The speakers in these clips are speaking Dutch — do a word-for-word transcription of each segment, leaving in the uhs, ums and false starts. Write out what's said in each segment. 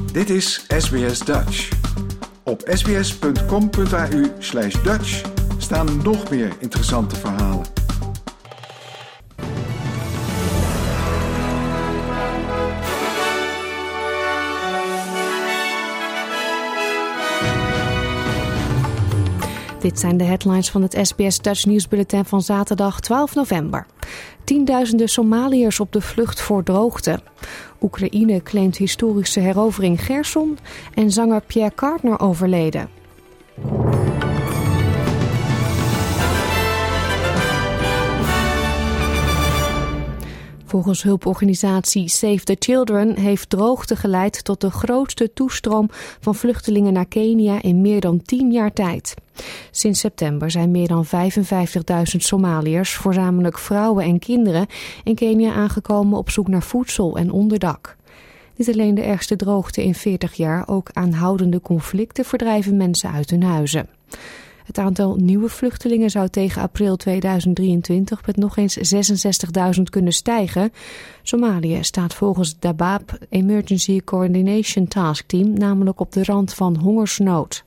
Dit is S B S Dutch. Op sbs.com.au slash Dutch staan nog meer interessante verhalen. Dit zijn de headlines van het S B S Dutch nieuwsbulletin van zaterdag twaalf november. Tienduizenden Somaliërs op de vlucht voor droogte. Oekraïne claimt historische herovering Cherson en zanger Pierre Cardin overleden. Volgens hulporganisatie Save the Children heeft droogte geleid tot de grootste toestroom van vluchtelingen naar Kenia in meer dan tien jaar tijd. Sinds september zijn meer dan vijfenvijftigduizend Somaliërs, voornamelijk vrouwen en kinderen, in Kenia aangekomen op zoek naar voedsel en onderdak. Niet alleen de ergste droogte in veertig jaar, ook aanhoudende conflicten verdrijven mensen uit hun huizen. Het aantal nieuwe vluchtelingen zou tegen april tweeduizend drieëntwintig met nog eens zesenzestigduizend kunnen stijgen. Somalië staat volgens Dabab Emergency Coordination Task Team namelijk op de rand van hongersnood.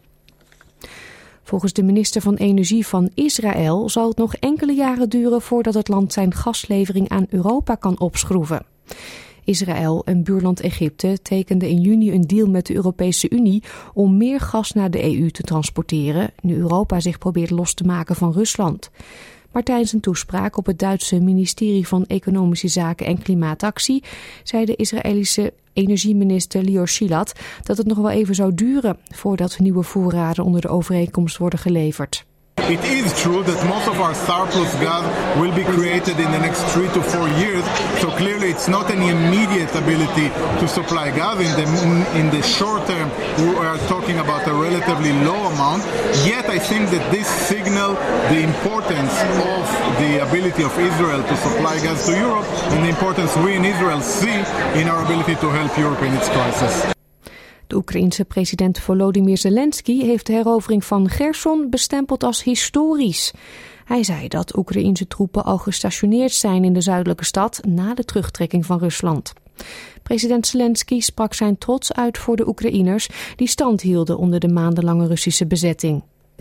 Volgens de minister van Energie van Israël zal het nog enkele jaren duren voordat het land zijn gaslevering aan Europa kan opschroeven. Israël en buurland Egypte tekenden in juni een deal met de Europese Unie om meer gas naar de E U te transporteren, nu Europa zich probeert los te maken van Rusland. Maar tijdens een toespraak op het Duitse ministerie van Economische Zaken en Klimaatactie zei de Israëlische energieminister Lior Shilat dat het nog wel even zou duren voordat nieuwe voorraden onder de overeenkomst worden geleverd. It is true that most of our surplus gas will be created in the next three to four years. So clearly it's not any immediate ability to supply gas. In the, in the short term, we are talking about a relatively low amount. Yet I think that this signal the importance of the ability of Israel to supply gas to Europe and the importance we in Israel see in our ability to help Europe in its crisis. De Oekraïense president Volodymyr Zelensky heeft de herovering van Cherson bestempeld als historisch. Hij zei dat Oekraïense troepen al gestationeerd zijn in de zuidelijke stad na de terugtrekking van Rusland. President Zelensky sprak zijn trots uit voor de Oekraïners die stand hielden onder de maandenlange Russische bezetting.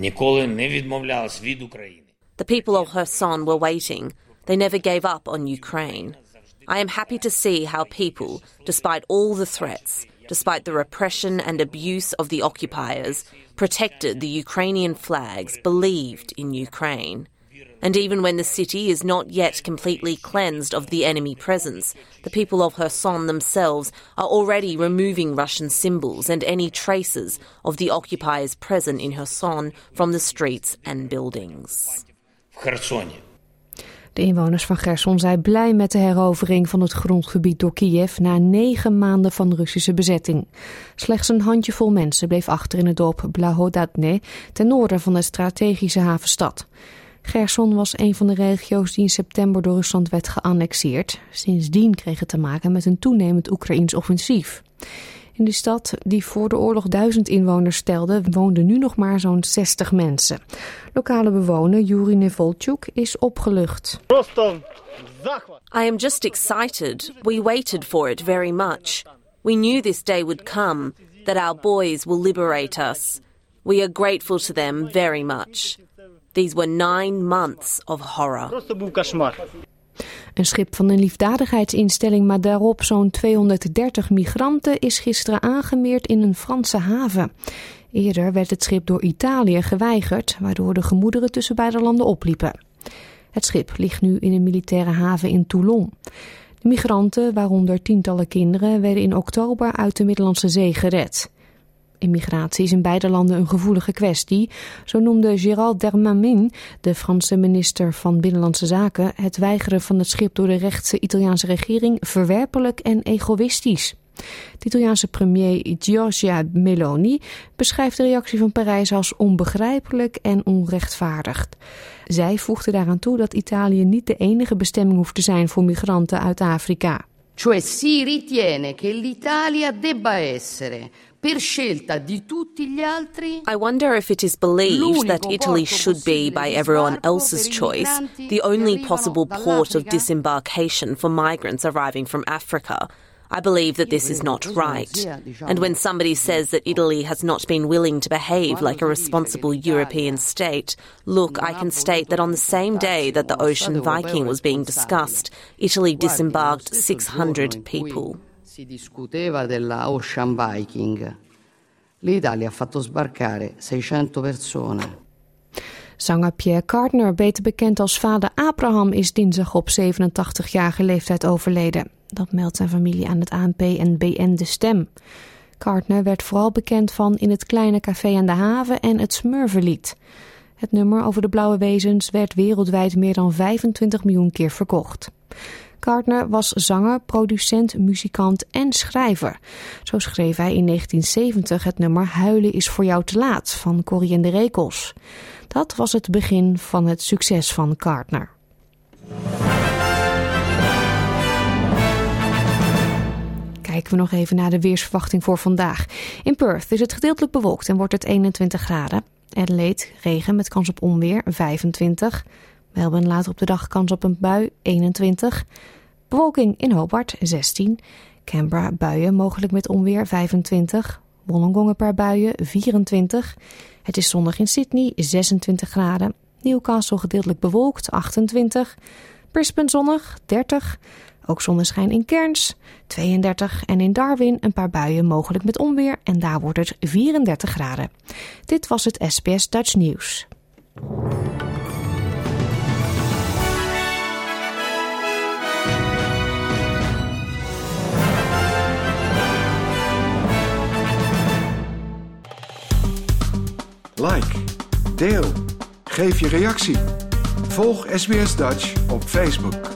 The people of Kherson were waiting. They never gave up on Ukraine. I am happy to see how people, despite all the threats, despite the repression and abuse of the occupiers, protected the Ukrainian flags, believed in Ukraine. And even when the city is not yet completely cleansed of the enemy presence, the people of Kherson themselves are already removing Russian symbols and any traces of the occupiers present in Kherson from the streets and buildings. De inwoners van Cherson zijn blij met de herovering van het grondgebied door Kiev na negen maanden van Russische bezetting. Slechts een handjevol mensen bleef achter in het dorp Blahodatne, ten noorden van de strategische havenstad. Cherson was een van de regio's die in september door Rusland werd geannexeerd. Sindsdien kreeg het te maken met een toenemend Oekraïens offensief. In de stad, die voor de oorlog duizend inwoners telde, woonden nu nog maar zo'n zestig mensen. Lokale bewoner Yuri Nevolchuk is opgelucht. I am just excited. We waited for it very much. We knew this day would come, that our boys will liberate us. We are grateful to them very much. These were nine months of horror. Een schip van een liefdadigheidsinstelling met daarop zo'n tweehonderddertig migranten is gisteren aangemeerd in een Franse haven. Eerder werd het schip door Italië geweigerd, waardoor de gemoederen tussen beide landen opliepen. Het schip ligt nu in een militaire haven in Toulon. De migranten, waaronder tientallen kinderen, werden in oktober uit de Middellandse Zee gered. Immigratie is in beide landen een gevoelige kwestie. Zo noemde Gérald Darmanin, de Franse minister van Binnenlandse Zaken, het weigeren van het schip door de rechtse Italiaanse regering verwerpelijk en egoïstisch. De Italiaanse premier Giorgia Meloni beschrijft de reactie van Parijs als onbegrijpelijk en onrechtvaardig. Zij voegde daaraan toe dat Italië niet de enige bestemming hoeft te zijn voor migranten uit Afrika. Cioè si ritiene che l'Italia debba essere per scelta di tutti gli altri. I wonder if it is believed that Italy should be, by everyone else's choice, the only possible port of disembarkation for migrants arriving from Africa. I believe that this is not right. And when somebody says that Italy has not been willing to behave like a responsible European state, look, I can state that on the same day that the Ocean Viking was being discussed, Italy disembarked six hundred people. Si discuteva della Ocean Viking. L'Italia ha fatto sbarcare seicento persone. Zanger Pierre Cardin, beter bekend als Vader Abraham, is dinsdag op zevenentachtigjarige leeftijd overleden. Dat meldt zijn familie aan het A N P en B N De Stem. Cardin werd vooral bekend van In het kleine café aan de haven en het Smurfenlied. Het nummer over de blauwe wezens werd wereldwijd meer dan vijfentwintig miljoen keer verkocht. Cardin was zanger, producent, muzikant en schrijver. Zo schreef hij in negentien zeventig het nummer Huilen is voor jou te laat van Corrie en de Rekels. Dat was het begin van het succes van Cardin. Kijken we nog even naar de weersverwachting voor vandaag. In Perth is het gedeeltelijk bewolkt en wordt het eenentwintig graden. Adelaide, regen met kans op onweer, vijfentwintig. Melbourne later op de dag kans op een bui, eenentwintig. Bewolking in Hobart, zestien. Canberra, buien mogelijk met onweer, vijfentwintig. Wollongong een paar buien, vierentwintig. Het is zondag in Sydney, zesentwintig graden. Newcastle gedeeltelijk bewolkt, achtentwintig. Brisbane zonnig, dertig. Ook zonneschijn in Cairns, tweeëndertig. En in Darwin een paar buien mogelijk met onweer en daar wordt het vierendertig graden. Dit was het S B S Dutch Nieuws. Like, deel, geef je reactie. Volg S B S Dutch op Facebook.